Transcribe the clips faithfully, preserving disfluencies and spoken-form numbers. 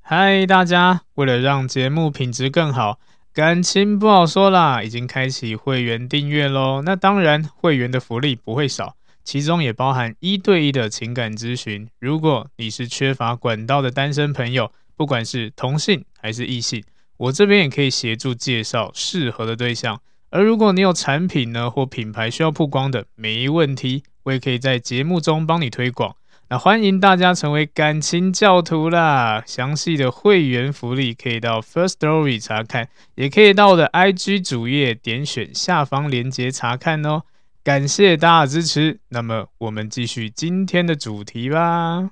嗨，大家！为了让节目品质更好，感情不好说啦，已经开启会员订阅咯。那当然，会员的福利不会少，其中也包含一对一的情感咨询。如果你是缺乏管道的单身朋友，不管是同性还是异性，我这边也可以协助介绍适合的对象。而如果你有产品呢或品牌需要曝光的，没问题，我也可以在节目中帮你推广。那欢迎大家成为感情教徒啦！详细的会员福利可以到 Firstory 查看，也可以到我的 I G 主页点选下方链接查看哦。感谢大家的支持，那么我们继续今天的主题吧。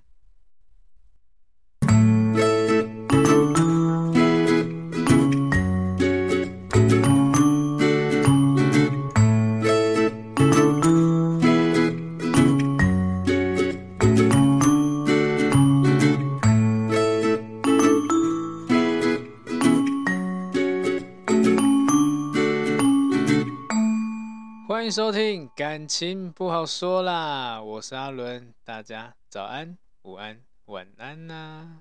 欢迎收听感情不好说啦，我是阿伦，大家早安、午安、晚安呐、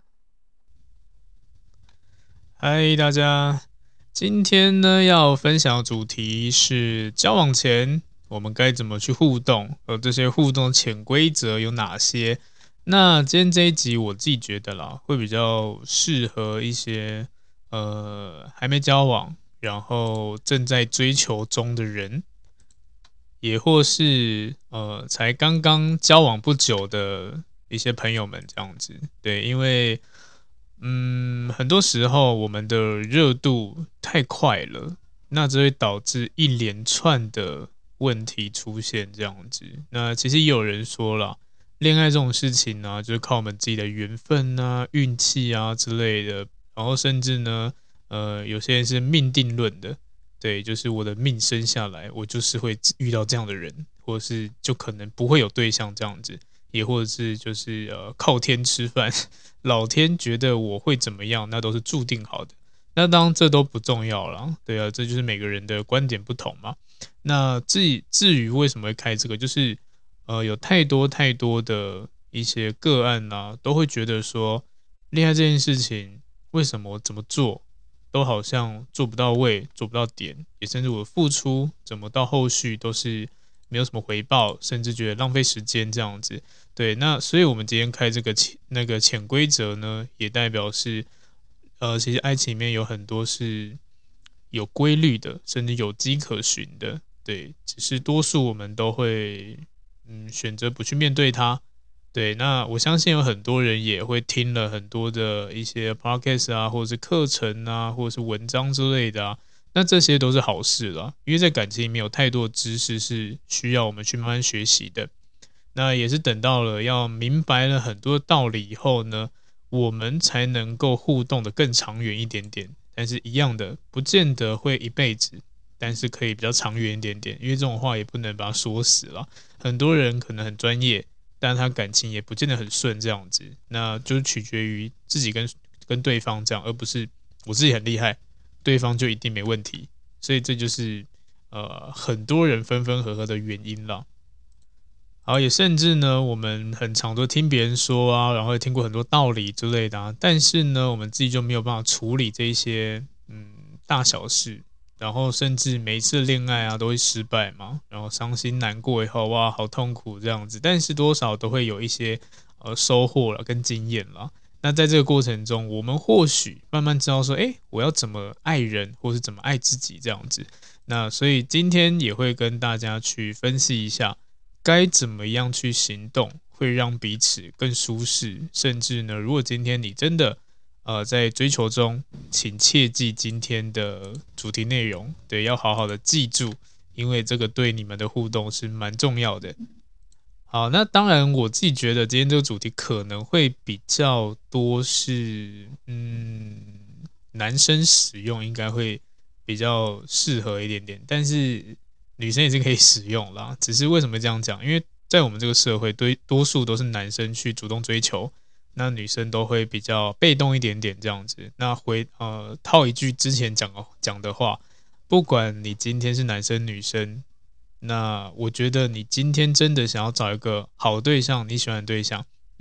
嗨，大家，今天呢要分享的主题是交往前我们该怎么去互动，而这些互动潜规则有哪些？那今天这一集我自己觉得啦，会比较适合一些呃还没交往，然后正在追求中的人。也或是呃才刚刚交往不久的一些朋友们这样子，对，因为嗯很多时候我们的热度太快了，那这会导致一连串的问题出现这样子。那其实也有人说啦，恋爱这种事情呢、啊，就是靠我们自己的缘分啊、运气啊之类的，然后甚至呢，呃，有些人是命定论的。对，就是我的命生下来，我就是会遇到这样的人，或者是就可能不会有对象这样子，也或者是就是呃靠天吃饭，老天觉得我会怎么样，那都是注定好的。那当然这都不重要了，对啊，这就是每个人的观点不同嘛。那至至于为什么会开这个，就是呃有太多太多的一些个案啊，都会觉得说恋爱这件事情为什么怎么做？都好像做不到位，做不到点，也甚至我的付出怎么到后续都是没有什么回报，甚至觉得浪费时间这样子。对，那所以我们今天开这个潜那个潜规则呢，也代表是，呃，其实爱情里面有很多是有规律的，甚至有迹可循的。对，只是多数我们都会嗯选择不去面对它。对，那我相信有很多人也会听了很多的一些 podcast 啊，或者是课程啊，或者是文章之类的啊，那这些都是好事啦，因为在感情里面有太多的知识是需要我们去慢慢学习的。那也是等到了要明白了很多道理以后呢，我们才能够互动的更长远一点点。但是一样的，不见得会一辈子，但是可以比较长远一点点，因为这种话也不能把它说死了。很多人可能很专业。但他感情也不见得很顺，这样子，那就是取决于自己跟跟对方这样，而不是我自己很厉害，对方就一定没问题。所以这就是呃很多人分分合合的原因啦。好，也甚至呢，我们很常都听别人说啊，然后也听过很多道理之类的啊，但是呢，我们自己就没有办法处理这一些嗯大小事。然后甚至每一次恋爱啊都会失败嘛，然后伤心难过以后，哇，好痛苦这样子，但是多少都会有一些呃收获了跟经验啦。那在这个过程中，我们或许慢慢知道说，哎，我要怎么爱人，或是怎么爱自己这样子。那所以今天也会跟大家去分析一下，该怎么样去行动，会让彼此更舒适，甚至呢，如果今天你真的呃，在追求中，请切记今天的主题内容，对，要好好的记住，因为这个对你们的互动是蛮重要的。好，那当然，我自己觉得今天这个主题可能会比较多是，嗯，男生使用应该会比较适合一点点，但是女生也是可以使用啦。只是为什么这样讲？因为在我们这个社会，对多数都是男生去主动追求。那女生都会比较被动一点点这样子。那回呃套一句之前讲讲的话，不管你今天是男生女生，那我觉得你今天真的想要找一个好对象，你喜欢的对象，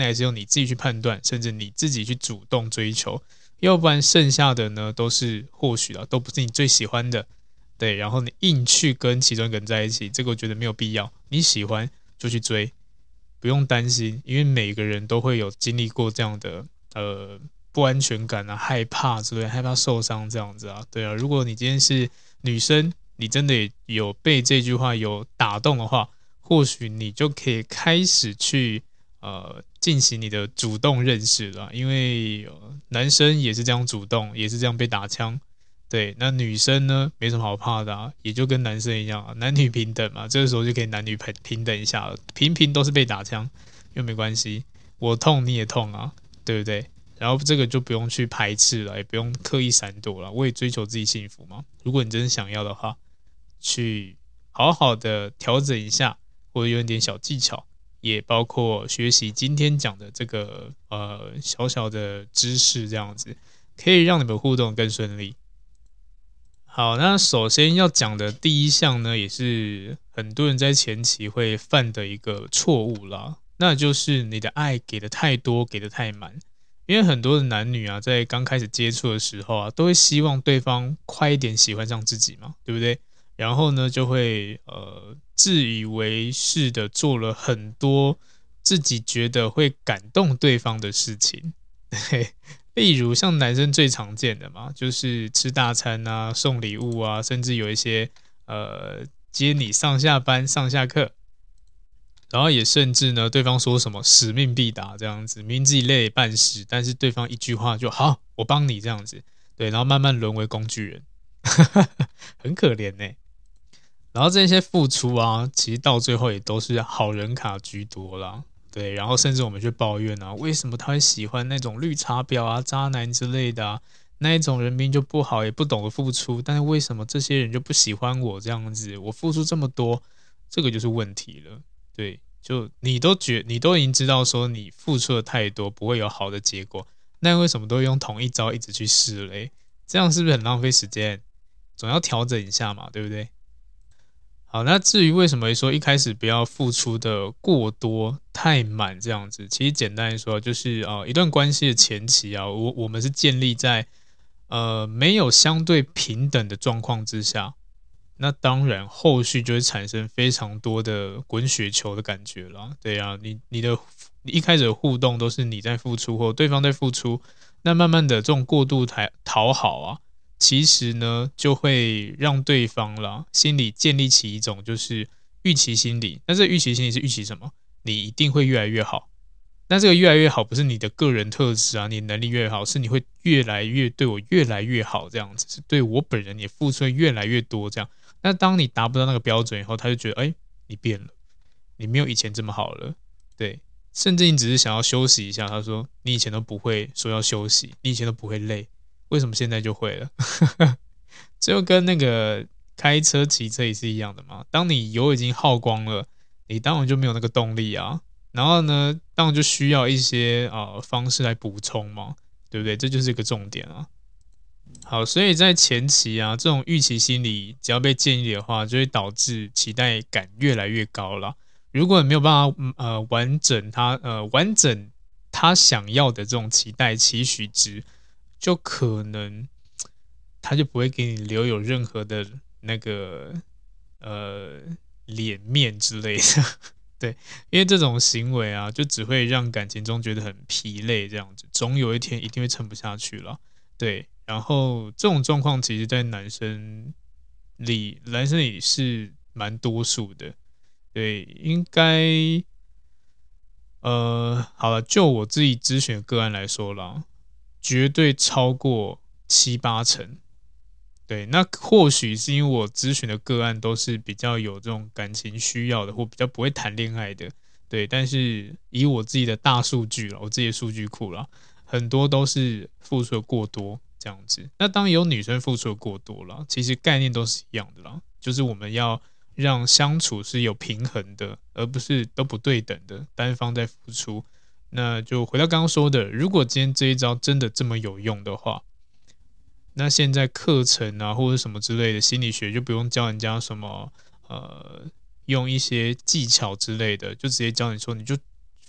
那也是由你自己去判断，甚至你自己去主动追求，要不然剩下的呢都是或许啊，都不是你最喜欢的，对，然后你硬去跟其中一个人在一起，这个我觉得没有必要，你喜欢就去追，不用担心，因为每个人都会有经历过这样的呃不安全感啊、害怕之类，害怕受伤这样子啊，对啊，如果你今天是女生，你真的也有被这句话有打动的话，或许你就可以开始去呃进行你的主动认识了，因为、呃、男生也是这样主动，也是这样被打枪。对，那女生呢，没什么好怕的啊，也就跟男生一样啊，男女平等嘛，这个时候就可以男女平平等一下了，平平都是被打枪，又没关系，我痛你也痛啊，对不对？然后这个就不用去排斥了，也不用刻意闪躲了，我也追求自己幸福嘛。如果你真的想要的话，去好好的调整一下，或者有一点小技巧，也包括学习今天讲的这个呃小小的知识，这样子可以让你们互动更顺利。好，那首先要讲的第一项呢，也是很多人在前期会犯的一个错误啦，那就是你的爱给的太多，给的太满。因为很多的男女啊，在刚开始接触的时候啊，都会希望对方快一点喜欢上自己嘛，对不对？然后呢，就会呃自以为是的做了很多自己觉得会感动对方的事情，对。例如像男生最常见的嘛，就是吃大餐啊、送礼物啊，甚至有一些呃接你上下班、上下课，然后也甚至呢，对方说什么使命必达这样子，明明自己累半死，但是对方一句话就好，我帮你这样子，对，然后慢慢沦为工具人，很可怜呢、欸。然后这些付出啊，其实到最后也都是好人卡居多啦。对，然后甚至我们去抱怨啊，为什么他会喜欢那种绿茶婊啊、渣男之类的啊？那一种人民就不好，也不懂得付出，但是为什么这些人就不喜欢我这样子？我付出这么多，这个就是问题了。对，就你都觉，你都已经知道说你付出的太多不会有好的结果，那为什么都用同一招一直去试嘞？这样是不是很浪费时间？总要调整一下嘛，对不对？好，那至于为什么说一开始不要付出的过多、太满这样子，其实简单来说就是啊、呃，一段关系的前期啊，我我们是建立在呃没有相对平等的状况之下，那当然后续就会产生非常多的滚雪球的感觉啦。对啊，你你的你一开始的互动都是你在付出或对方在付出，那慢慢的这种过度讨好啊。其实呢，就会让对方啦心里建立起一种就是预期心理。那这个预期心理是预期什么？你一定会越来越好。那这个越来越好，不是你的个人特质啊，你能力越好，是你会越来越对我越来越好，这样子，是对我本人也付出的越来越多这样。那当你达不到那个标准以后，他就觉得，哎，你变了，你没有以前这么好了，对。甚至你只是想要休息一下，他说你以前都不会说要休息，你以前都不会累。为什么现在就会了？这就跟那个开车、骑车也是一样的嘛。当你油已经耗光了，你当然就没有那个动力啊。然后呢，当然就需要一些啊、呃、方式来补充嘛，对不对？这就是一个重点啊。好，所以在前期啊，这种预期心理只要被建立的话，就会导致期待感越来越高了。如果你没有办法呃完整他呃完整他想要的这种期待期许值。就可能他就不会给你留有任何的那个呃脸面之类的，对，因为这种行为啊，就只会让感情中觉得很疲累，这样子，总有一天一定会撑不下去了，对。然后这种状况，其实在男生里，男生里是蛮多数的，对，应该呃，好了，就我自己咨询的个案来说啦。绝对超过七八成，对，那或许是因为我咨询的个案都是比较有这种感情需要的，或比较不会谈恋爱的，对。但是以我自己的大数据了，我自己的数据库了，很多都是付出的过多这样子。那当有女生付出的过多了，其实概念都是一样的啦，就是我们要让相处是有平衡的，而不是都不对等的，单方在付出。那就回到刚刚说的，如果今天这一招真的这么有用的话，那现在课程啊或者什么之类的心理学就不用教人家什么呃用一些技巧之类的，就直接教你说你就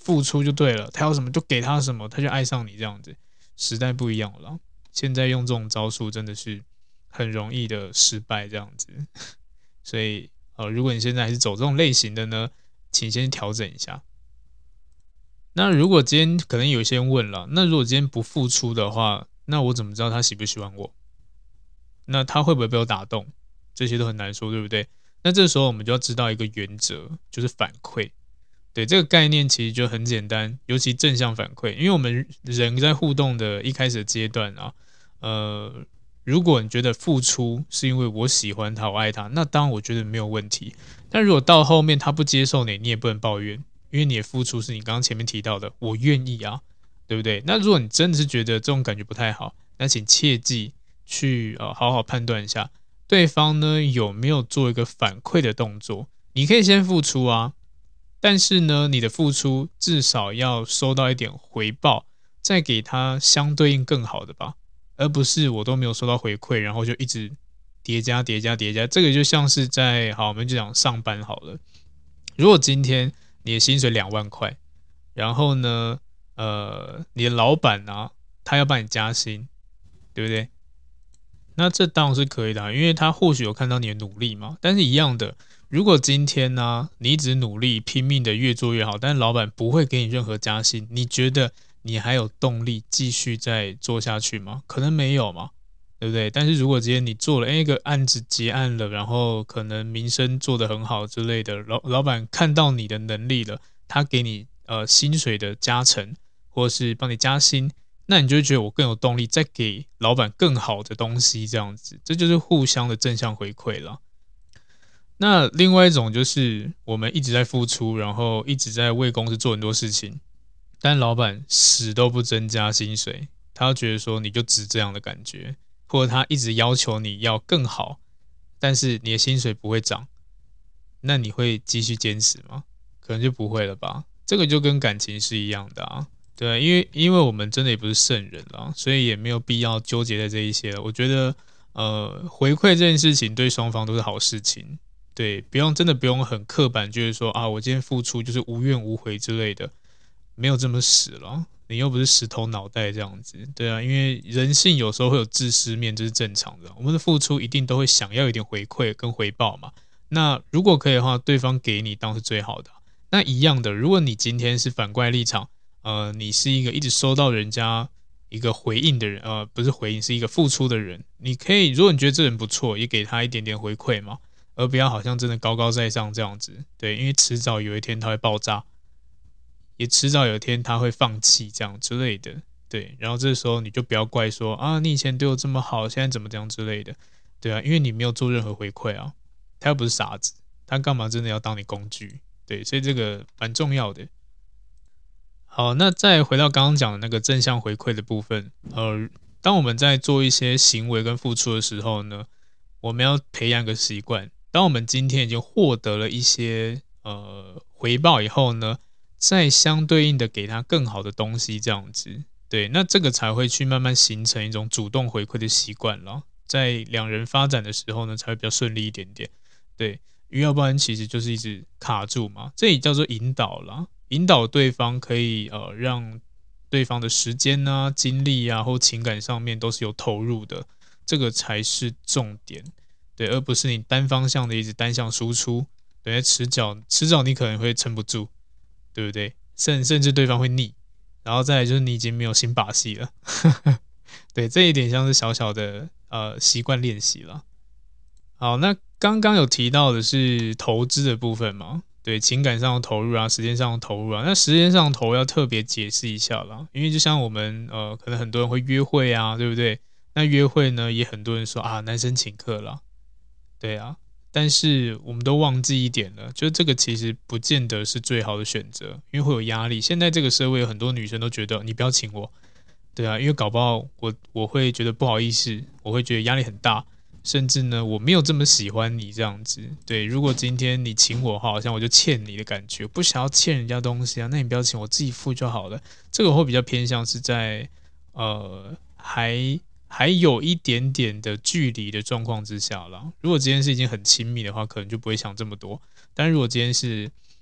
付出就对了，他要什么就给他什么，他就爱上你这样子。时代不一样了啦，现在用这种招数真的是很容易的失败这样子。所以呃，如果你现在还是走这种类型的呢，请先调整一下。那如果今天可能有些人问了，那如果今天不付出的话，那我怎么知道他喜不喜欢我？那他会不会被我打动？这些都很难说，对不对？那这时候我们就要知道一个原则，就是反馈。对，这个概念其实就很简单，尤其正向反馈，因为我们人在互动的一开始的阶段啊，呃，如果你觉得付出是因为我喜欢他，我爱他，那当然我觉得没有问题。但如果到后面他不接受你，你也不能抱怨，因为你的付出是你刚刚前面提到的，我愿意啊，对不对？那如果你真的是觉得这种感觉不太好，那请切记去呃好好判断一下，对方呢有没有做一个反馈的动作。你可以先付出啊，但是呢，你的付出至少要收到一点回报，再给他相对应更好的吧，而不是我都没有收到回馈，然后就一直叠加叠加叠加。这个就像是在好，我们就讲上班好了。如果今天你的薪水两万块，然后呢，呃，你的老板啊，他要帮你加薪，对不对？那这当然是可以的啊，因为他或许有看到你的努力嘛。但是一样的，如果今天呢、啊，你一直努力拼命的越做越好，但是老板不会给你任何加薪，你觉得你还有动力继续再做下去吗？可能没有嘛，对不对？但是如果今天你做了一个案子结案了，然后可能名声做得很好之类的，老老板看到你的能力了，他给你呃薪水的加成，或是帮你加薪。那你就会觉得我更有动力，再给老板更好的东西，这样子，这就是互相的正向回馈了。那另外一种就是我们一直在付出，然后一直在为公司做很多事情，但老板死都不增加薪水，他觉得说你就值这样的感觉，或者他一直要求你要更好，但是你的薪水不会涨，那你会继续坚持吗？可能就不会了吧。这个就跟感情是一样的啊。对，因为因为我们真的也不是圣人啦，所以也没有必要纠结在这一些了。我觉得，呃，回馈这件事情对双方都是好事情，对，不用真的不用很刻板，就是说啊，我今天付出就是无怨无悔之类的，没有这么死了。你又不是石头脑袋这样子，对啊，因为人性有时候会有自私面，这是正常的。我们的付出一定都会想要一点回馈跟回报嘛。那如果可以的话，对方给你当然是最好的。那一样的，如果你今天是反过来立场，呃，你是一个一直收到人家一个回应的人，呃，不是回应，是一个付出的人。你可以，如果你觉得这人不错，也给他一点点回馈嘛，而不要好像真的高高在上这样子。对，因为迟早有一天他会爆炸，也迟早有一天他会放弃这样之类的。对，然后这时候你就不要怪说啊，你以前对我这么好，现在怎么这样之类的。对啊，因为你没有做任何回馈啊，他又不是傻子，他干嘛真的要当你工具？对，所以这个蛮重要的。好，那再回到刚刚讲的那个正向回馈的部分，呃，当我们在做一些行为跟付出的时候呢，我们要培养一个习惯。当我们今天已经获得了一些呃回报以后呢，再相对应的给他更好的东西，这样子，对，那这个才会去慢慢形成一种主动回馈的习惯了。在两人发展的时候呢，才会比较顺利一点点。对，因为要不然其实就是一直卡住嘛，这也叫做引导啦。引导对方可以呃让对方的时间啊、精力啊或情感上面都是有投入的，这个才是重点，对，而不是你单方向的一直单向输出，对，迟早迟早你可能会撑不住，对不对？甚甚至对方会腻，然后再来就是你已经没有新把戏了，对，这一点像是小小的呃习惯练习了。好，那刚刚有提到的是投资的部分嘛？对，情感上的投入啊，时间上的投入啊，那时间上的投入要特别解释一下啦，因为就像我们呃，可能很多人会约会啊，对不对？那约会呢，也很多人说啊，男生请客啦，对啊，但是我们都忘记一点了，就这个其实不见得是最好的选择，因为会有压力。现在这个社会有很多女生都觉得你不要请我，对啊，因为搞不好我我会觉得不好意思，我会觉得压力很大。甚至呢，我没有这么喜欢你这样子。对，如果今天你请我的话，好像我就欠你的感觉，不想要欠人家东西啊，那你不要请，我自己付就好了。这个我会比较偏向是在呃还还有一点点的距离的状况之下啦。如果今天是已经很亲密的话，可能就不会想这么多。但如果今天是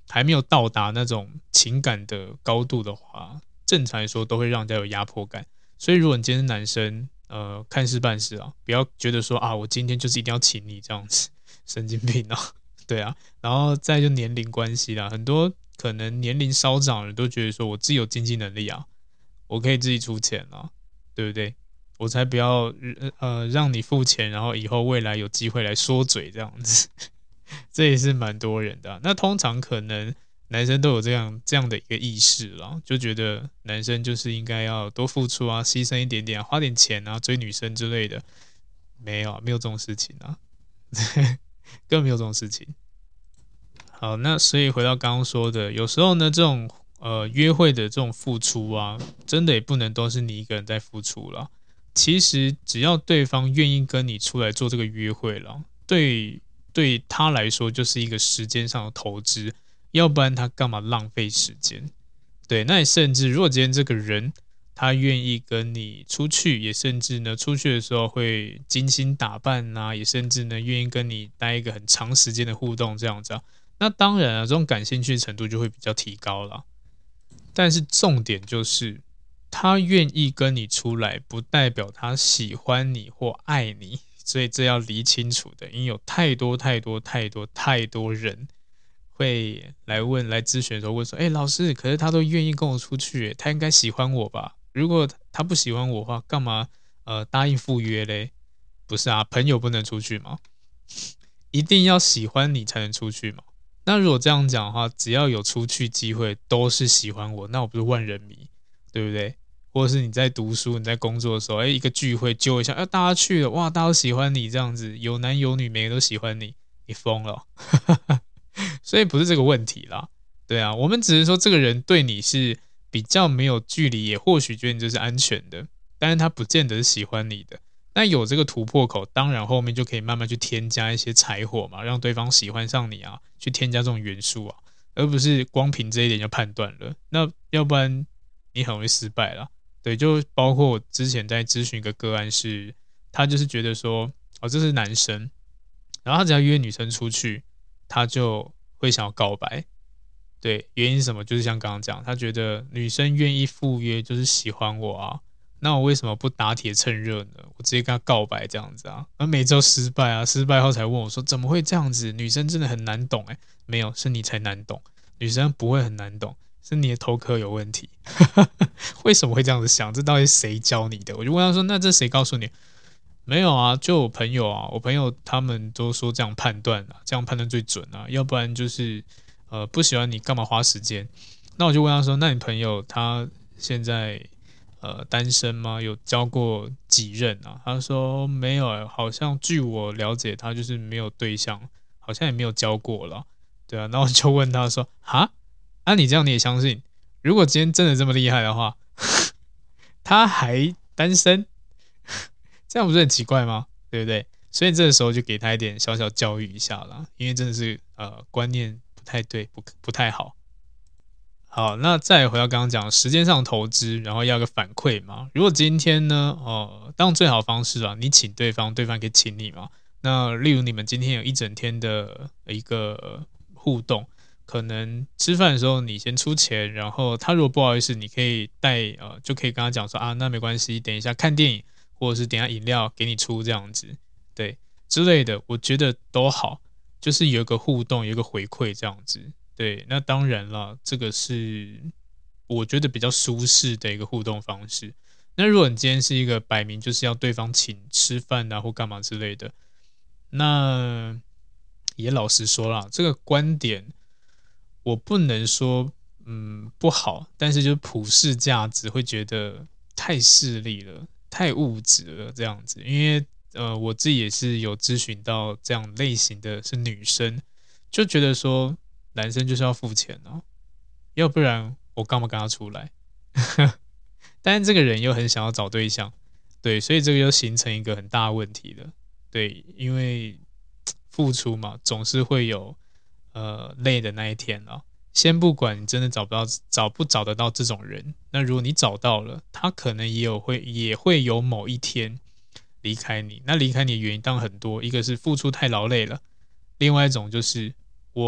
还没有到达那种情感的高度的话，正常来说都会让人家有压迫感。所以如果你今天是男生，呃，看事办事啊，不要觉得说啊，我今天就是一定要请你这样子，神经病啊，对啊。然后再就年龄关系啦，很多可能年龄稍长的人都觉得说我自己有经济能力啊，我可以自己出钱啊，对不对？我才不要呃让你付钱，然后以后未来有机会来说嘴这样子，这也是蛮多人的啊。那通常可能男生都有这样这样的一个意识啦，就觉得男生就是应该要多付出啊，牺牲一点点啊，花点钱啊，追女生之类的。没有啊，没有这种事情啊，根本没有这种事情。好，那所以回到刚刚说的，有时候呢，这种呃约会的这种付出啊，真的也不能都是你一个人在付出啦。其实只要对方愿意跟你出来做这个约会了，对对他来说就是一个时间上的投资，要不然他干嘛浪费时间？对，那也甚至如果今天这个人他愿意跟你出去，也甚至呢出去的时候会精心打扮啊，也甚至呢愿意跟你待一个很长时间的互动这样子啊，那当然啊，这种感兴趣程度就会比较提高了。但是重点就是，他愿意跟你出来，不代表他喜欢你或爱你，所以这要理清楚的。因为有太多太多太多太多人会来问、来咨询的时候问说：“哎，老师，可是他都愿意跟我出去，他应该喜欢我吧？如果他不喜欢我的话，干嘛呃答应赴约嘞？不是啊，朋友不能出去吗？一定要喜欢你才能出去吗？那如果这样讲的话，只要有出去机会都是喜欢我，那我不是万人迷，对不对？或者是你在读书、你在工作的时候，哎，一个聚会揪一下，哎，大家去了，哇，大家都喜欢你这样子，有男有女，每个都喜欢你，你疯了哦，所以不是这个问题啦，对啊，我们只是说这个人对你是比较没有距离，也或许觉得你这是安全的，但是他不见得是喜欢你的。那有这个突破口，当然后面就可以慢慢去添加一些柴火嘛，让对方喜欢上你啊，去添加这种元素啊，而不是光凭这一点就判断了。那要不然你很容易失败啦。对，就包括我之前在咨询一个个案是，他就是觉得说，哦，这是男生，然后他只要约女生出去，他就会想要告白。对，原因是什么？就是像刚刚讲，他觉得女生愿意赴约就是喜欢我啊，那我为什么不打铁趁热呢？我直接跟他告白这样子啊，而每周失败啊，失败后才问我说怎么会这样子？女生真的很难懂哎、欸，没有，是你才难懂，女生不会很难懂，是你的头壳有问题。为什么会这样子想？这到底谁教你的？我就问他说，那这谁告诉你？没有啊，就我朋友啊，我朋友他们都说这样判断啊，这样判断最准啊，要不然就是呃不喜欢你干嘛花时间？那我就问他说，那你朋友他现在呃单身吗？有交过几任啊？他说没有、欸，好像据我了解，他就是没有对象，好像也没有交过了。对啊，那我就问他说，哈，啊你这样你也相信？如果今天真的这么厉害的话，他还单身？这样不是很奇怪吗？对不对？所以这个时候就给他一点小小教育一下啦，因为真的是呃观念不太对，不不太好。好，那再回到刚刚讲时间上投资，然后要个反馈嘛。如果今天呢，哦、呃，当然最好的方式啊，你请对方，对方可以请你嘛。那例如你们今天有一整天的一个互动，可能吃饭的时候你先出钱，然后他如果不好意思，你可以带呃，就可以跟他讲说啊，那没关系，等一下看电影。或者是等一下饮料给你出这样子，对之类的，我觉得都好，就是有一个互动，有一个回馈这样子。对，那当然了，这个是我觉得比较舒适的一个互动方式。那如果你今天是一个摆明就是要对方请吃饭啊或干嘛之类的，那也老实说啦，这个观点我不能说嗯不好，但是就是普世价值会觉得太势利了。太物质了这样子，因为呃我自己也是有咨询到这样类型的是女生，就觉得说男生就是要付钱哦，要不然我干嘛跟他出来？但是这个人又很想要找对象，对，所以这个就形成一个很大的问题了，对，因为付出嘛，总是会有呃累的那一天啊。先不管你真的找不到找不找得到这种人，那如果你找到了，他可能也有会也会有某一天离开你。那离开你的原因当然很多，一个是付出太劳累了，另外一种就是我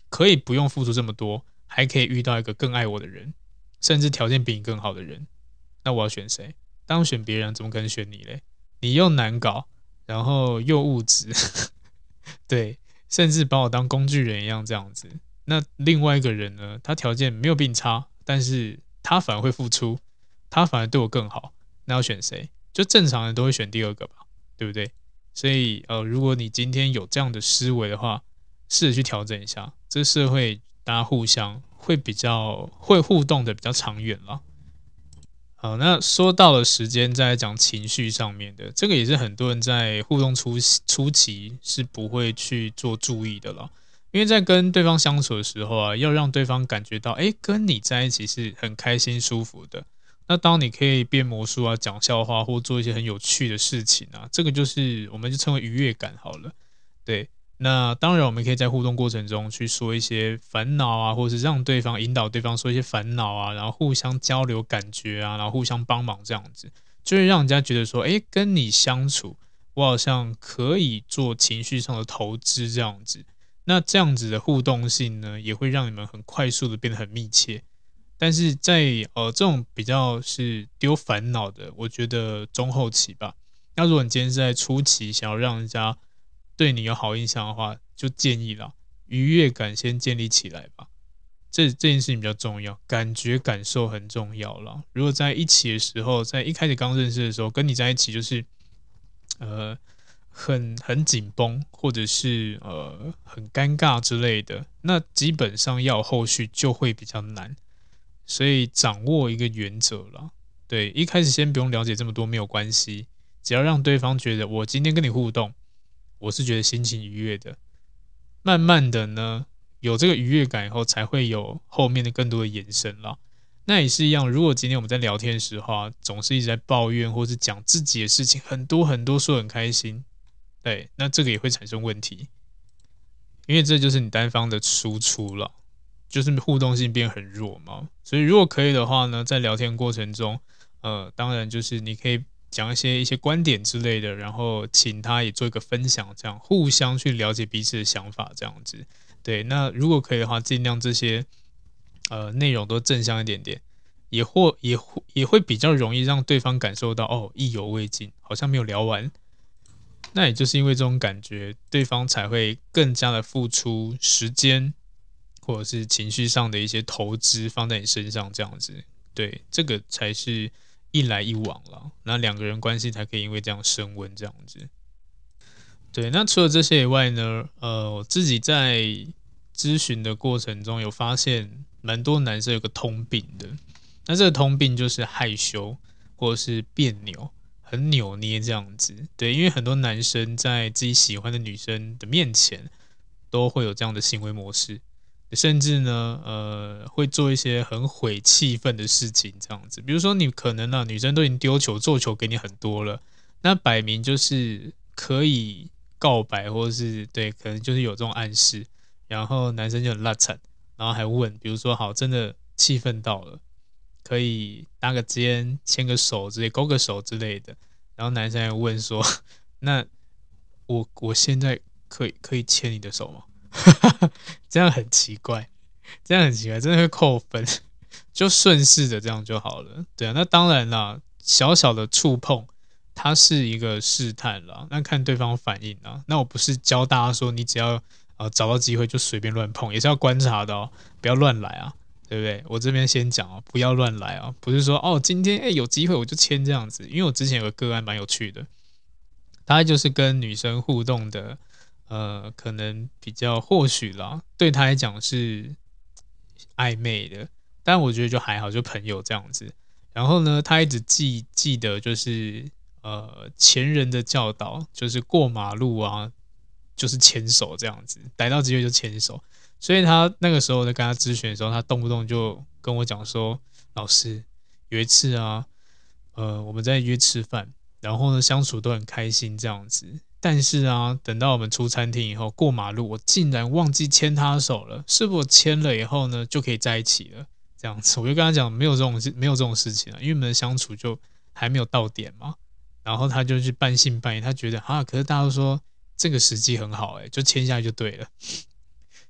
可以不用付出这么多，还可以遇到一个更爱我的人，甚至条件比你更好的人，那我要选谁？当然选别人，怎么可能选你嘞？你又难搞，然后又物质，对，甚至把我当工具人一样这样子。那另外一个人呢，他条件没有比你差，但是他反而会付出，他反而对我更好，那要选谁？就正常人都会选第二个吧，对不对？所以呃，如果你今天有这样的思维的话，试着去调整一下，这社会大家互相会比较会互动的比较长远啦。好，那说到了时间，再来讲情绪上面的，这个也是很多人在互动初初期是不会去做注意的啦。因为在跟对方相处的时候啊，要让对方感觉到，哎，跟你在一起是很开心舒服的。那当你可以变魔术啊、讲笑话或做一些很有趣的事情啊，这个就是我们就称为愉悦感好了。对，那当然我们可以在互动过程中去说一些烦恼啊，或者是让对方引导对方说一些烦恼啊，然后互相交流感觉啊，然后互相帮忙这样子，就会让人家觉得说，哎，跟你相处，我好像可以做情绪上的投资这样子。那这样子的互动性呢，也会让你们很快速的变得很密切。但是在呃这种比较是丢烦恼的，我觉得中后期吧。那如果你今天是在初期想要让人家对你有好印象的话，就建议啦，愉悦感先建立起来吧。这这件事情比较重要，感觉感受很重要啦。如果在一起的时候，在一开始刚认识的时候，跟你在一起就是呃很很紧绷，或者是呃很尴尬之类的，那基本上要后续就会比较难。所以掌握一个原则啦，对，一开始先不用了解这么多没有关系，只要让对方觉得我今天跟你互动，我是觉得心情愉悦的。慢慢的呢，有这个愉悦感以后，才会有后面的更多的延伸啦。那也是一样，如果今天我们在聊天的时候啊，总是一直在抱怨或是讲自己的事情，很多很多说很开心，对，那这个也会产生问题，因为这就是你单方的输出了。就是互动性变很弱嘛，所以如果可以的话呢，在聊天过程中，呃，当然就是你可以讲一些一些观点之类的，然后请他也做一个分享，这样互相去了解彼此的想法，这样子。对，那如果可以的话，尽量这些呃内容都正向一点点，也或也也会比较容易让对方感受到哦意犹未尽，好像没有聊完。那也就是因为这种感觉，对方才会更加的付出时间。或者是情绪上的一些投资放在你身上，这样子，对，这个才是一来一往啦。那两个人关系才可以因为这样升温，这样子。对，那除了这些以外呢，呃，我自己在咨询的过程中有发现，蛮多男生有个通病的。那这个通病就是害羞或者是别扭、很扭捏这样子。对，因为很多男生在自己喜欢的女生的面前，都会有这样的行为模式。甚至呢，呃，会做一些很毁气氛的事情，这样子。比如说，你可能啊，女生都已经丢球、做球给你很多了，那摆明就是可以告白，或者是对，可能就是有这种暗示，然后男生就很辣惨，然后还问，比如说，好，真的气氛到了，可以搭个肩、牵个手之类、勾个手之类的，然后男生还问说，那我我现在可以可以牵你的手吗？这样很奇怪，这样很奇怪，真的会扣分。就顺势的这样就好了。对啊，那当然啦，小小的触碰，它是一个试探啦，那看对方反应啦。那我不是教大家说，你只要呃找到机会就随便乱碰，也是要观察的哦，不要乱来啊，对不对？我这边先讲哦，不要乱来啊，不是说哦今天哎有机会我就签这样子，因为我之前有个个案蛮有趣的，他就是跟女生互动的。呃，可能比较或许啦，对他来讲是暧昧的，但我觉得就还好，就朋友这样子。然后呢，他一直记记得就是呃前人的教导，就是过马路啊，就是牵手这样子，逮到机会就牵手。所以他那个时候在跟他咨询的时候，他动不动就跟我讲说，老师有一次啊，呃，我们在约吃饭，然后呢相处都很开心这样子。但是啊，等到我们出餐厅以后，过马路，我竟然忘记牵他手了。是不是我牵了以后呢，就可以在一起了？这样子，我就跟他讲，没有这种没有这种事情啊，因为我们的相处就还没有到点嘛。然后他就去半信半疑，他觉得啊，可是大家都说这个时机很好、欸，就牵下去就对了。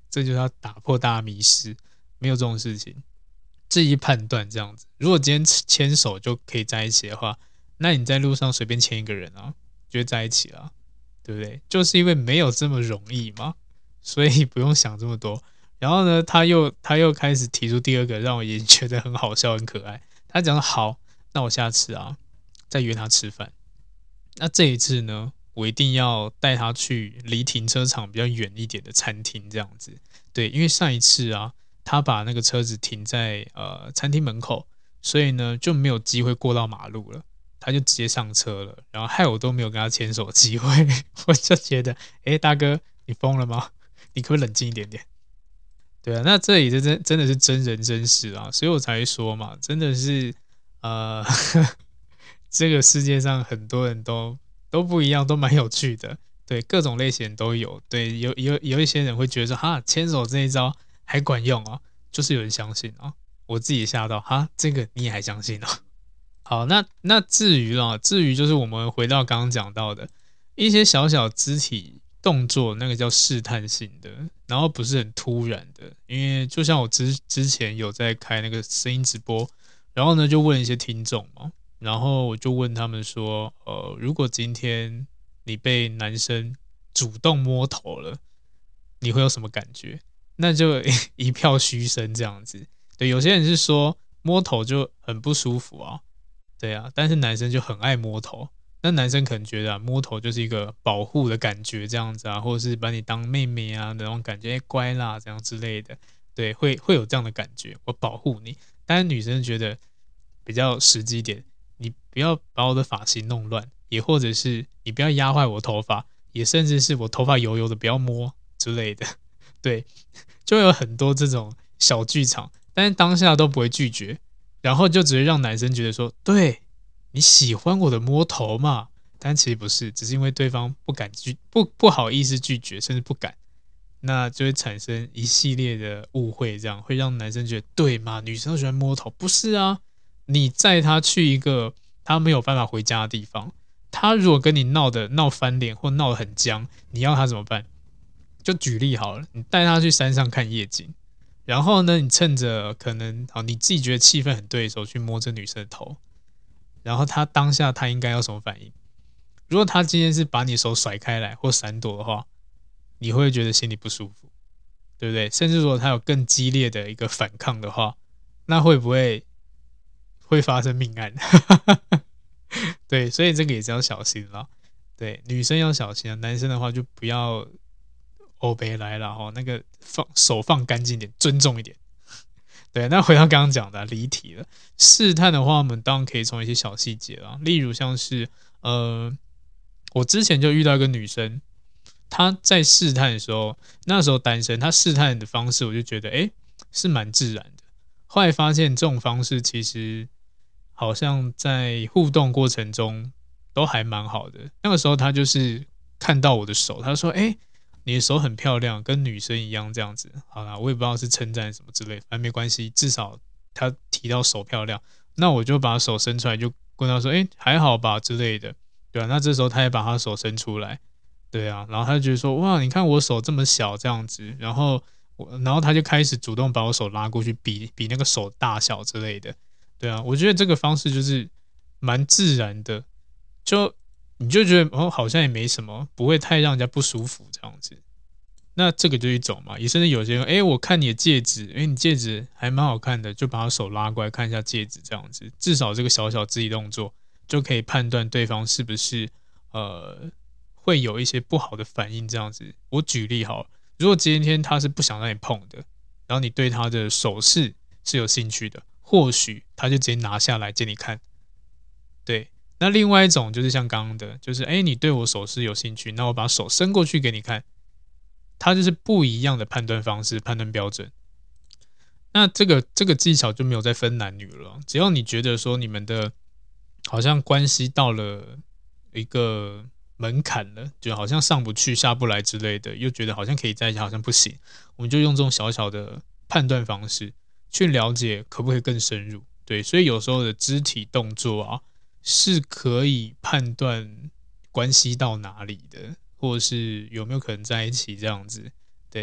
这就是要打破大家迷思，没有这种事情，自己判断这样子。如果今天牵手就可以在一起的话，那你在路上随便牵一个人啊，就会在一起了，对不对？就是因为没有这么容易嘛，所以不用想这么多。然后呢，他又他又开始提出第二个，让我也觉得很好笑、很可爱。他讲好，那我下次啊再约他吃饭。那这一次呢，我一定要带他去离停车场比较远一点的餐厅，这样子。对，因为上一次啊，他把那个车子停在呃餐厅门口，所以呢就没有机会过到马路了，他就直接上车了，然后害我都没有跟他牵手的机会。我就觉得，哎，大哥，你疯了吗？你可不可以冷静一点点？对啊，那这里真真的是真人真事啊，所以我才说嘛，真的是呃，这个世界上很多人都都不一样，都蛮有趣的，对，各种类型都有，对，有有有一些人会觉得说，哈，牵手这一招还管用啊，就是有人相信啊，我自己吓到，哈，这个你也还相信啊？好，那那至于啦，至于就是我们回到刚刚讲到的一些小小肢体动作，那个叫试探性的，然后不是很突然的，因为就像我之之前有在开那个声音直播，然后呢就问一些听众嘛，然后我就问他们说，呃，如果今天你被男生主动摸头了，你会有什么感觉？那就一票嘘声这样子。对，有些人是说摸头就很不舒服啊，对啊，但是男生就很爱摸头。那男生可能觉得啊，摸头就是一个保护的感觉，这样子啊，或者是把你当妹妹啊那种感觉，哎，乖啦，这样之类的，对，会会有这样的感觉，我保护你。但是女生觉得比较实际一点，你不要把我的发型弄乱，也或者是你不要压坏我头发，也甚至是我头发油油的不要摸之类的，对，就会有很多这种小剧场，但是当下都不会拒绝，然后就只会让男生觉得说，对。你喜欢我的摸头嘛？但其实不是，只是因为对方不敢拒，不不好意思拒绝，甚至不敢，那就会产生一系列的误会，这样会让男生觉得对吗？女生都喜欢摸头，不是啊？你载他去一个他没有办法回家的地方，他如果跟你闹的闹翻脸或闹得很僵，你要他怎么办？就举例好了，你带他去山上看夜景，然后呢，你趁着可能好你自己觉得气氛很对的时候去摸这女生的头。然后他当下他应该有什么反应？如果他今天是把你手甩开来或闪躲的话，你会觉得心里不舒服，对不对？甚至如果他有更激烈的一个反抗的话，那会不会会发生命案？对，所以这个也是要小心了。对，女生要小心啊，男生的话就不要欧北来了哈，那个放手放干净点，尊重一点。对，那回到刚刚讲的离题了。试探的话，我们当然可以从一些小细节啦，例如像是呃，我之前就遇到一个女生，她在试探的时候，那时候单身，她试探的方式我就觉得诶是蛮自然的。后来发现这种方式其实好像在互动过程中都还蛮好的。那个时候她就是看到我的手，她说：“诶，你的手很漂亮，跟女生一样这样子。”好啦，我也不知道是称赞什么之类，反正没关系，至少他提到手漂亮，那我就把手伸出来，就跟他说：“哎，还好吧之类的。”对啊，那这时候他也把他手伸出来，对啊，然后他就觉得说：“哇，你看我手这么小这样子。”然后我，然后他就开始主动把我手拉过去比比那个手大小之类的，对啊，我觉得这个方式就是蛮自然的，就你就觉得哦，好像也没什么，不会太让人家不舒服这样子。那这个就一种嘛，也甚至有些人，哎，我看你的戒指，哎，你戒指还蛮好看的，就把他手拉过来看一下戒指，这样子，至少这个小小肢体动作就可以判断对方是不是呃会有一些不好的反应，这样子。我举例好了，如果今天他是不想让你碰的，然后你对他的手势是有兴趣的，或许他就直接拿下来借你看，对。那另外一种就是像刚刚的，就是哎，你对我手势有兴趣，那我把手伸过去给你看。它就是不一样的判断方式、判断标准。那这个这个技巧就没有再分男女了，只要你觉得说你们的好像关系到了一个门槛了，就好像上不去、下不来之类的，又觉得好像可以在一起，好像不行，我们就用这种小小的判断方式去了解可不可以更深入。对，所以有时候的肢体动作啊，是可以判断关系到哪里的。或者是有没有可能在一起这样子，对，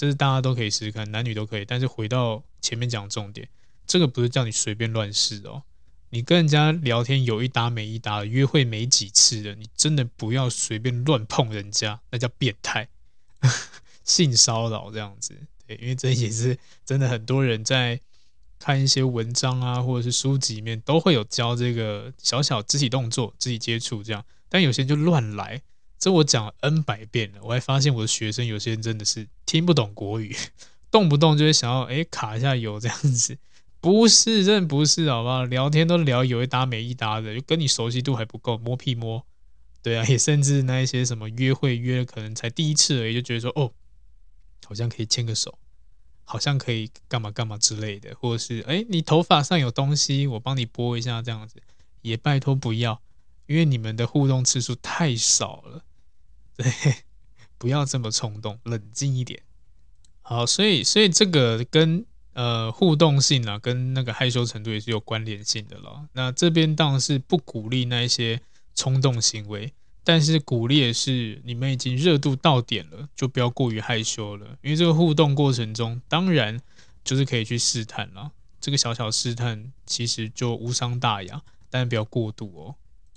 这是大家都可以试试看，男女都可以。但是回到前面讲的重点，这个不是叫你随便乱试哦。你跟人家聊天有一搭没一搭的，约会没几次的，你真的不要随便乱碰人家，那叫变态，性骚扰这样子。对，因为这也是真的，很多人在看一些文章啊，或者是书籍里面都会有教这个小小肢体动作、肢体接触这样，但有些人就乱来。这我讲了 N 百遍了，我还发现我的学生有些人真的是听不懂国语，动不动就会想要哎卡一下油这样子。不是，真的不是，好不好？聊天都聊有一搭没一搭的，就跟你熟悉度还不够，摸屁摸。对啊，也甚至那一些什么约会约可能才第一次而已，就觉得说哦，好像可以牵个手，好像可以干嘛干嘛之类的，或者是哎你头发上有东西，我帮你拨一下这样子，也拜托不要，因为你们的互动次数太少了。对，不要这么冲动，冷静一点。好，所以所以这个跟呃互动性啊，跟那个害羞程度也是有关联性的了。那这边当然是不鼓励那一些冲动行为，但是鼓励的是你们已经热度到点了，就不要过于害羞了。因为这个互动过程中，当然就是可以去试探啦，这个小小试探其实就无伤大雅，但不要过度哦。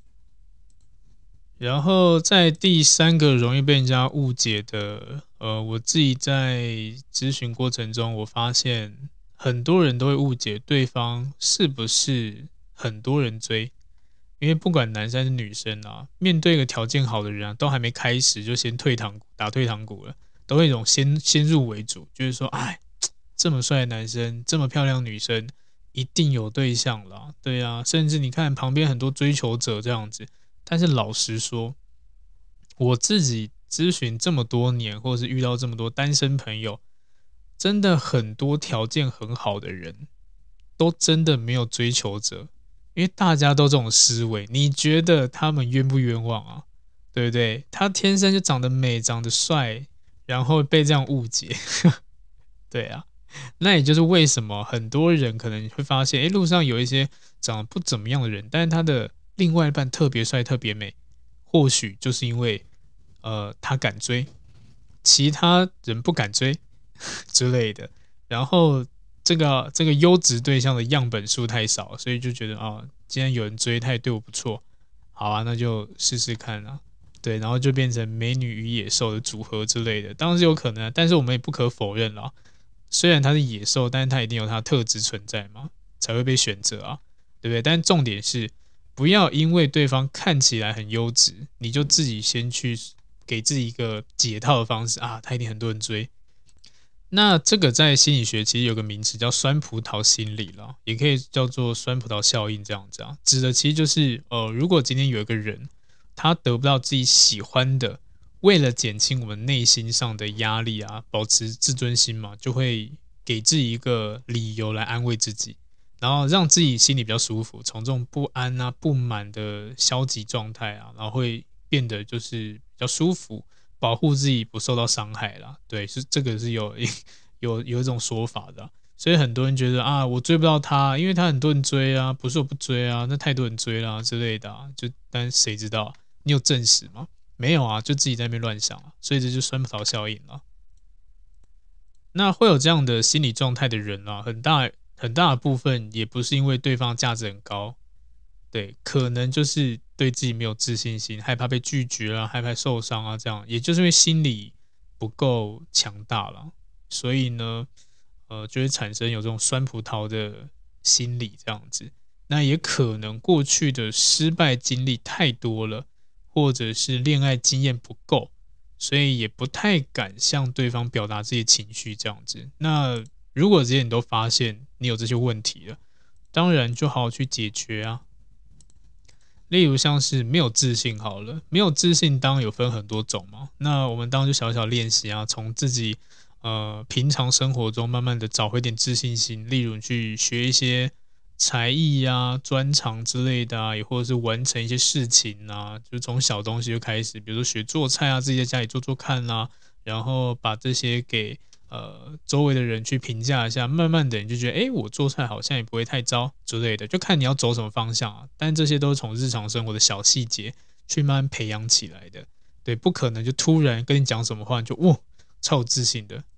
然后在第三个容易被人家误解的，呃，我自己在咨询过程中，我发现很多人都会误解对方是不是很多人追，因为不管男生还是女生啊，面对一个条件好的人啊，都还没开始就先退堂鼓，打退堂鼓了，都会一种先先入为主，就是说，哎，这么帅的男生，这么漂亮的女生，一定有对象啦，对啊，甚至你看旁边很多追求者这样子。但是老实说，我自己咨询这么多年，或者是遇到这么多单身朋友，真的很多条件很好的人，都真的没有追求者，因为大家都这种思维，你觉得他们冤不冤枉啊？对不对？他天生就长得美，长得帅，然后被这样误解，对啊。那也就是为什么很多人可能会发现，哎，路上有一些长得不怎么样的人，但是他的另外一半特别帅、特别美，或许就是因为呃他敢追，其他人不敢追之类的。然后这个这个优质对象的样本数太少，所以就觉得啊，既然有人追，他也对我不错，好啊，那就试试看啊。对，然后就变成美女与野兽的组合之类的，当然是有可能、啊，但是我们也不可否认啦。虽然它是野兽，但是它一定有它的特质存在嘛，才会被选择啊，对不对？但重点是，不要因为对方看起来很优质，你就自己先去给自己一个解套的方式啊，他一定很多人追。那这个在心理学其实有个名词叫酸葡萄心理啦，也可以叫做酸葡萄效应这样子啊，指的其实就是呃，如果今天有一个人他得不到自己喜欢的，为了减轻我们内心上的压力啊，保持自尊心嘛，就会给自己一个理由来安慰自己，然后让自己心里比较舒服，从这种不安啊、不满的消极状态啊，然后会变得就是比较舒服，保护自己不受到伤害啦。对，是这个是有有有一种说法的啊。所以很多人觉得啊，我追不到他，因为他很多人追啊，不是我不追啊，那太多人追啦、啊、之类的啊，就但谁知道？你有证实吗？没有啊，就自己在那边乱想啊，所以这就酸葡萄效应了。那会有这样的心理状态的人啊，很大很大的部分也不是因为对方价值很高，对，可能就是对自己没有自信心，害怕被拒绝啊，害怕受伤啊，这样，也就是因为心理不够强大了，所以呢，呃，就会产生有这种酸葡萄的心理这样子。那也可能过去的失败经历太多了。或者是恋爱经验不够，所以也不太敢向对方表达自己的情绪这样子。那如果这些你都发现你有这些问题了，当然就好好去解决啊。例如像是没有自信好了，没有自信当然有分很多种嘛。那我们当然就小小练习啊，从自己呃平常生活中慢慢的找回点自信心，例如去学一些才艺啊、专长之类的啊，也或者是完成一些事情啊，就从小东西就开始，比如说学做菜啊，自己在家里做做看啊，然后把这些给呃周围的人去评价一下，慢慢的你就觉得，哎，我做菜好像也不会太糟之类的，就看你要走什么方向啊。但这些都是从日常生活的小细节去慢慢培养起来的，对，不可能就突然跟你讲什么话你就哇超有自信的，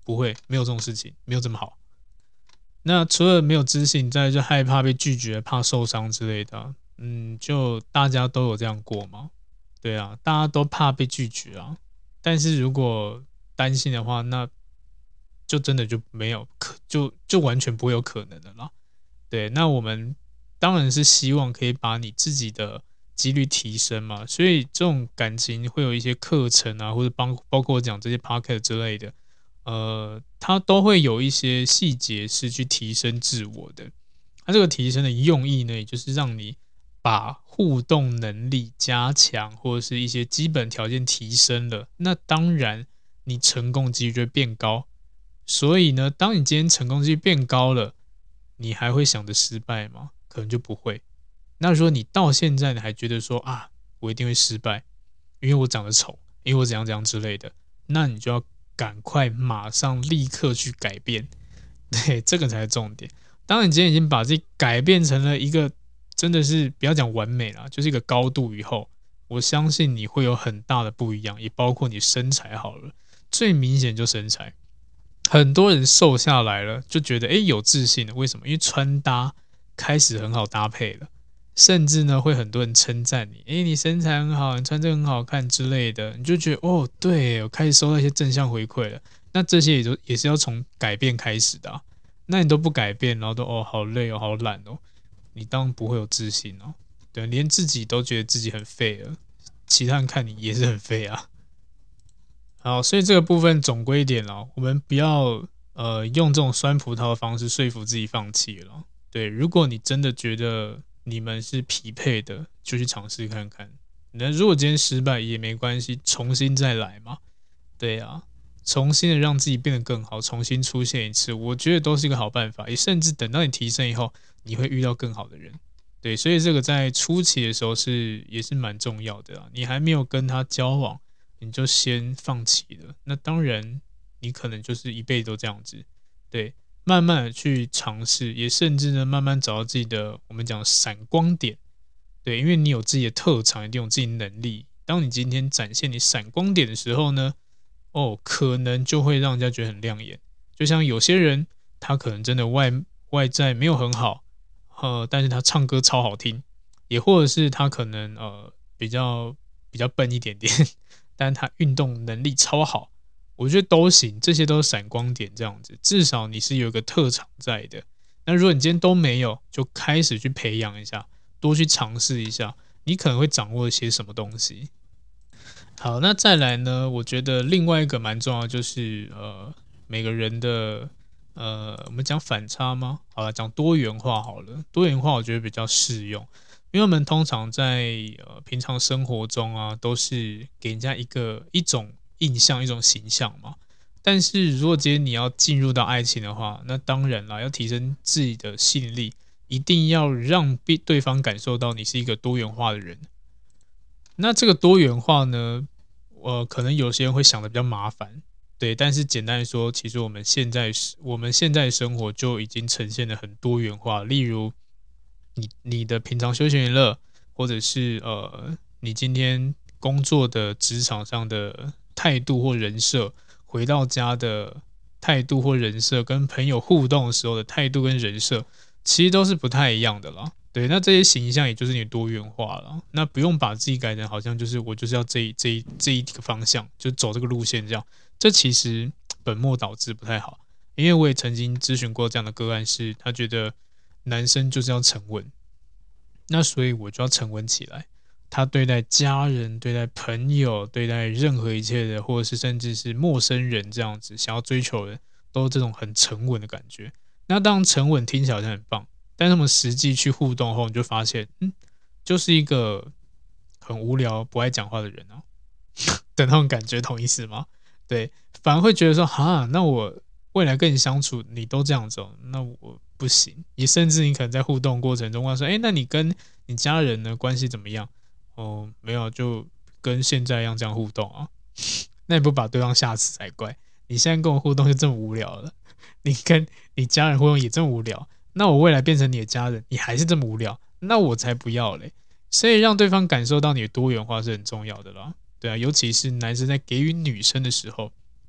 不会，没有这种事情，没有这么好。那除了没有自信，再来就害怕被拒绝、怕受伤之类的啊，嗯，就大家都有这样过吗？对啊，大家都怕被拒绝啊。但是如果担心的话，那就真的就没有可就就完全不会有可能的啦。对，那我们当然是希望可以把你自己的几率提升嘛，所以这种感情会有一些课程啊，或者包包括我讲这些 p o c k e t 之类的，呃，它都会有一些细节是去提升自我的。它这个提升的用意呢，也就是让你把互动能力加强，或者是一些基本条件提升了，那当然你成功几率就会变高。所以呢，当你今天成功几率变高了，你还会想着失败吗？可能就不会。那如果你到现在你还觉得说啊，我一定会失败，因为我长得丑，因为我怎样怎样之类的，那你就要赶快马上立刻去改变。对，这个才是重点。当你今天已经把自己改变成了一个真的是不要讲完美啦，就是一个高度以后，我相信你会有很大的不一样，也包括你身材好了，最明显就身材。很多人瘦下来了，就觉得诶有自信了，为什么？因为穿搭开始很好搭配了，甚至呢会很多人称赞你，诶你身材很好，你穿这个很好看之类的，你就觉得哦对，我开始收到一些正向回馈了。那这些也就也是要从改变开始的啊。那你都不改变，然后都哦好累哦，好懒哦，你当然不会有自信哦。对，连自己都觉得自己很废了，其他人看你也是很废啊。好，所以这个部分总归一点了，我们不要呃用这种酸葡萄的方式说服自己放弃了。对，如果你真的觉得你们是匹配的，就去尝试看看。那如果今天失败也没关系，重新再来嘛。对啊，重新的让自己变得更好，重新出现一次，我觉得都是一个好办法。也甚至等到你提升以后，你会遇到更好的人。对，所以这个在初期的时候是也是蛮重要的啊。你还没有跟他交往，你就先放弃了，那当然你可能就是一辈子都这样子。对，慢慢的去尝试，也甚至呢慢慢找到自己的我们讲闪光点。对，因为你有自己的特长，一定有自己的能力。当你今天展现你闪光点的时候呢，哦，可能就会让人家觉得很亮眼。就像有些人，他可能真的外外在没有很好，呃，但是他唱歌超好听，也或者是他可能呃比较比较笨一点点，但他运动能力超好，我觉得都行，这些都是闪光点这样子。至少你是有一个特长在的。那如果你今天都没有，就开始去培养一下，多去尝试一下，你可能会掌握一些什么东西。好，那再来呢？我觉得另外一个蛮重要的就是呃，每个人的呃，我们讲反差吗？好了，讲多元化好了。多元化我觉得比较适用，因为我们通常在呃平常生活中啊，都是给人家一个一种印象、一种形象嘛。但是如果今天你要进入到爱情的话，那当然啦，要提升自己的吸引力，一定要让对方感受到你是一个多元化的人。那这个多元化呢，呃，可能有些人会想的比较麻烦，对，但是简单来说，其实我们现在我们现在生活就已经呈现的很多元化，例如你你的平常休闲娱乐，或者是呃，你今天工作的职场上的态度或人设，回到家的态度或人设，跟朋友互动的时候的态度跟人设，其实都是不太一样的啦。对，那这些形象也就是你多元化了，那不用把自己改成好像就是我就是要这一这一这一个方向，就走这个路线这样，这其实本末倒置不太好。因为我也曾经咨询过这样的个案是，他觉得男生就是要沉稳，那所以我就要沉稳起来。他对待家人、对待朋友、对待任何一切的，或者是甚至是陌生人这样子，想要追求的，都是这种很沉稳的感觉。那当然沉稳听起来好像很棒。但是我们实际去互动后，你就发现，嗯，就是一个很无聊、不爱讲话的人啊的那种感觉，同意思吗？对，反而会觉得说，哈，那我未来跟你相处，你都这样子哦，那我不行。你甚至你可能在互动过程中，问说，哎，那你跟你家人的关系怎么样？哦，没有，就跟现在一样这样互动啊。那你不把对方吓死才怪。你现在跟我互动就这么无聊了，你跟你家人互动也这么无聊。那我未来变成你的家人，你还是这么无聊，那我才不要嘞。所以让对方感受到你的多元化是很重要的啦，对啊，尤其是男生在给予女生的时候，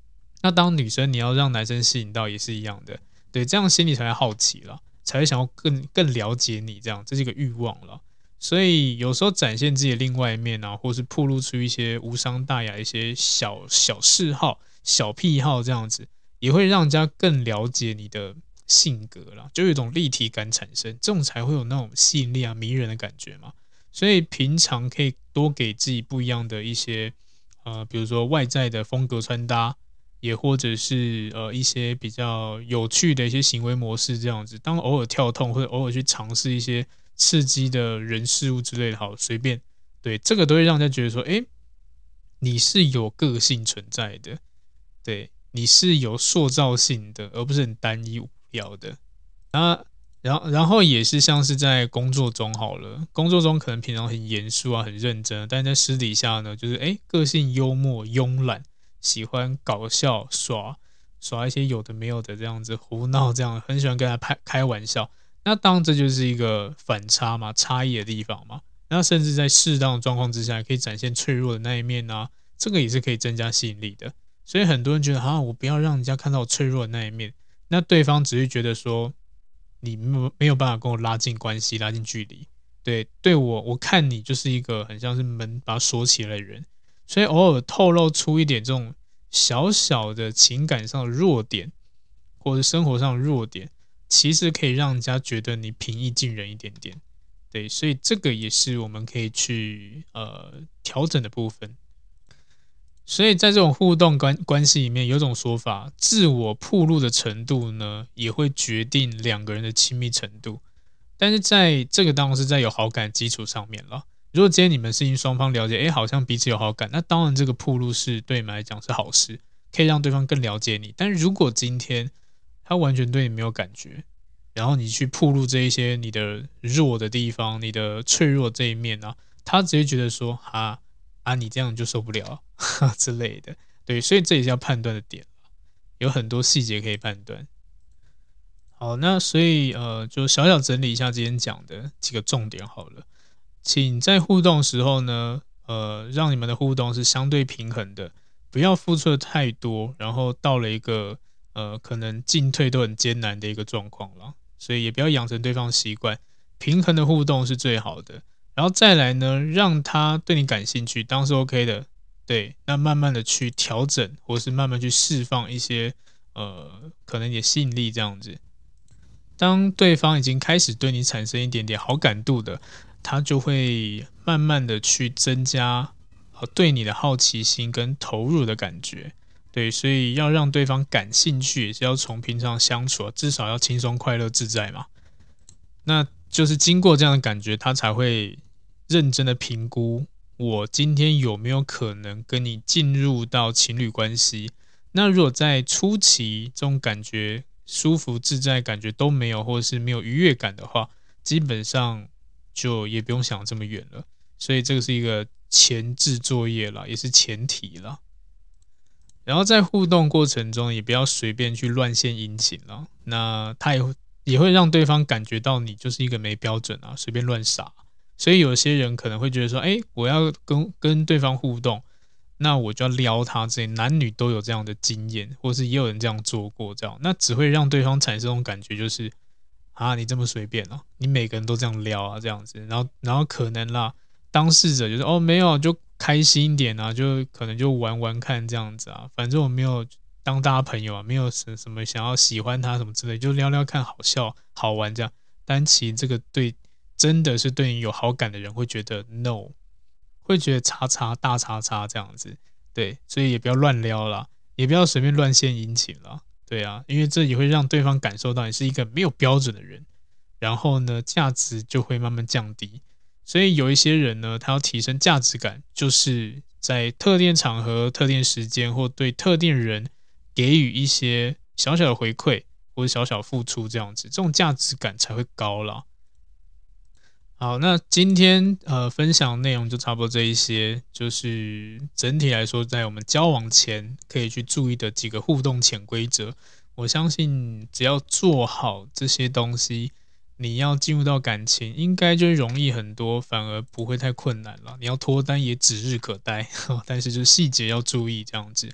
那当女生你要让男生吸引到也是一样的，对，这样心里才会好奇啦，才会想要更更了解你，这样这是一个欲望啦。所以有时候展现自己的另外一面啊，或是暴露出一些无伤大雅一些小小嗜好、小癖好这样子，也会让人家更了解你的性格啦，就有一种立体感产生，这种才会有那种吸引力啊、迷人的感觉嘛。所以平常可以多给自己不一样的一些呃，比如说外在的风格穿搭，也或者是呃一些比较有趣的一些行为模式这样子。当偶尔跳痛或者偶尔去尝试一些刺激的人事物之类的，好随便，对，这个都会让人家觉得说，哎，你是有个性存在的，对，你是有塑造性的，而不是很单一无聊的。啊，然后然后也是像是在工作中好了，工作中可能平常很严肃啊，很认真，但在私底下呢，就是哎，个性幽默、慵懒，喜欢搞笑耍耍一些有的没有的这样子胡闹，这样很喜欢跟他开开玩笑。那当然这就是一个反差嘛，差异的地方嘛。那甚至在适当的状况之下，可以展现脆弱的那一面啊，这个也是可以增加吸引力的。所以很多人觉得，啊，我不要让人家看到我脆弱的那一面，那对方只是觉得说，你没有办法跟我拉近关系、拉近距离。对，对我，我看你就是一个很像是门把它锁起来的人，所以偶尔透露出一点这种小小的情感上的弱点，或者生活上的弱点，其实可以让人家觉得你平易近人一点点。对，所以这个也是我们可以去呃调整的部分。所以在这种互动关关系里面，有种说法，自我暴露的程度呢，也会决定两个人的亲密程度。但是在这个当然是在有好感的基础上面了。如果今天你们是因双方了解，哎，好像彼此有好感，那当然这个暴露是对你们来讲是好事，可以让对方更了解你。但是如果今天他完全对你没有感觉，然后你去暴露这一些你的弱的地方，你的脆弱这一面啊，他直接觉得说，哈啊，你这样就受不了之类的。对，所以这也是要判断的点，有很多细节可以判断。好，那所以呃，就小小整理一下今天讲的几个重点好了。请在互动的时候呢，呃，让你们的互动是相对平衡的，不要付出的太多，然后到了一个呃可能进退都很艰难的一个状况了。所以也不要养成对方习惯，平衡的互动是最好的。然后再来呢，让他对你感兴趣，当是 OK 的，对，那慢慢的去调整，或是慢慢去释放一些呃可能你的吸引力这样子。当对方已经开始对你产生一点点好感度的，他就会慢慢的去增加对你的好奇心跟投入的感觉。对，所以要让对方感兴趣，也是要从平常相处，至少要轻松快乐自在嘛。那就是经过这样的感觉，他才会认真的评估我今天有没有可能跟你进入到情侣关系。那如果在初期这种感觉舒服自在感觉都没有，或者是没有愉悦感的话，基本上就也不用想这么远了。所以这个是一个前置作业啦，也是前提啦。然后在互动过程中，也不要随便去乱献殷勤啦。那他也会也会让对方感觉到你就是一个没标准啊，随便乱撒。所以有些人可能会觉得说，哎，我要跟跟对方互动，那我就要撩他，这些男女都有这样的经验，或是也有人这样做过，这样那只会让对方产生这种感觉，就是啊，你这么随便啊，你每个人都这样撩啊，这样子，然后然后可能啦，当事者就是哦没有，就开心一点啊，就可能就玩玩看这样子啊，反正我没有当大家朋友啊，没有什什么想要喜欢他什么之类，就撩撩看好笑好玩这样。但其实这个对真的是对你有好感的人会觉得 no。会觉得叉叉大叉叉这样子，对，所以也不要乱撩啦，也不要随便乱献殷勤啦，对啊，因为这也会让对方感受到你是一个没有标准的人，然后呢，价值就会慢慢降低。所以有一些人呢，他要提升价值感，就是在特定场合、特定时间或对特定人给予一些小小的回馈或者小小付出，这样子，这种价值感才会高啦。好，那今天呃分享内容就差不多这一些，就是整体来说，在我们交往前可以去注意的几个互动潜规则。我相信只要做好这些东西，你要进入到感情，应该就容易很多，反而不会太困难了。你要脱单也指日可待，但是就是细节要注意这样子。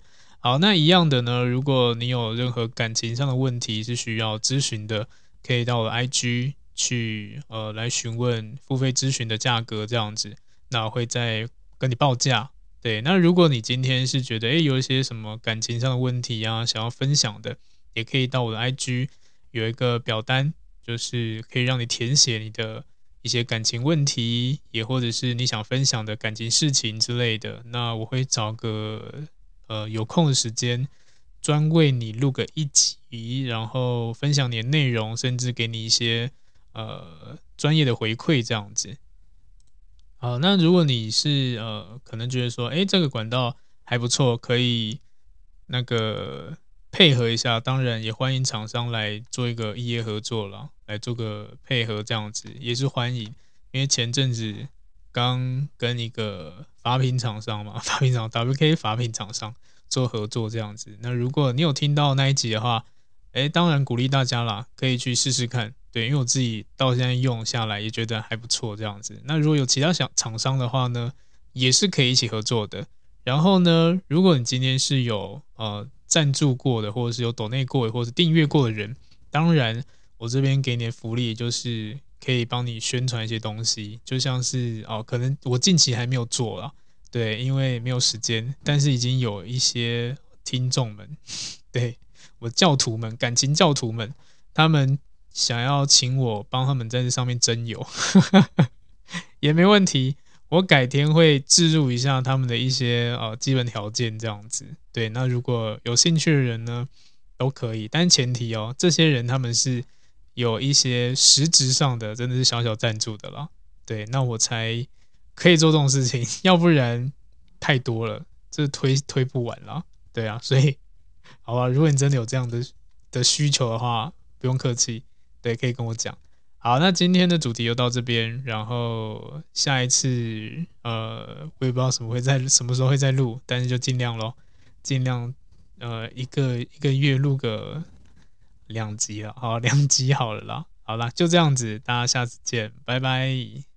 好，那一样的呢，如果你有任何感情上的问题是需要咨询的，可以到我的 I G 去呃来询问付费咨询的价格这样子，那我会再跟你报价。对，那如果你今天是觉得诶有一些什么感情上的问题啊，想要分享的，也可以到我的 I G 有一个表单，就是可以让你填写你的一些感情问题，也或者是你想分享的感情事情之类的。那我会找个呃有空的时间，专为你录个一集，然后分享你的内容，甚至给你一些呃专业的回馈这样子。好，那如果你是呃，可能觉得说，哎，这个管道还不错，可以那个配合一下，当然也欢迎厂商来做一个异业合作了，来做个配合这样子也是欢迎。因为前阵子刚跟一个法品厂商嘛，法品厂 W K 法品厂商做合作这样子。那如果你有听到那一集的话，哎，当然鼓励大家啦，可以去试试看。对，因为我自己到现在用下来也觉得还不错，这样子。那如果有其他小厂商的话呢，也是可以一起合作的。然后呢，如果你今天是有呃赞助过的，或者是有抖内过的，或者是订阅过的人，当然我这边给你的福利就是可以帮你宣传一些东西，就像是哦，可能我近期还没有做啦，对，因为没有时间，但是已经有一些听众们，对我教徒们，感情教徒们，他们想要请我帮他们在这上面征友，也没问题。我改天会置入一下他们的一些呃基本条件，这样子。对，那如果有兴趣的人呢，都可以，但前提哦，这些人他们是有一些实质上的，真的是小小赞助的啦。对，那我才可以做这种事情，要不然太多了，这推推不完啦。对啊，所以好吧，如果你真的有这样的的需求的话，不用客气，对，可以跟我讲。好，那今天的主题就到这边，然后下一次呃，我也不知道什么会在什么时候会再录，但是就尽量咯，尽量呃一个一个月录个两集了，好，两集好了啦，好啦，就这样子，大家下次见，拜拜。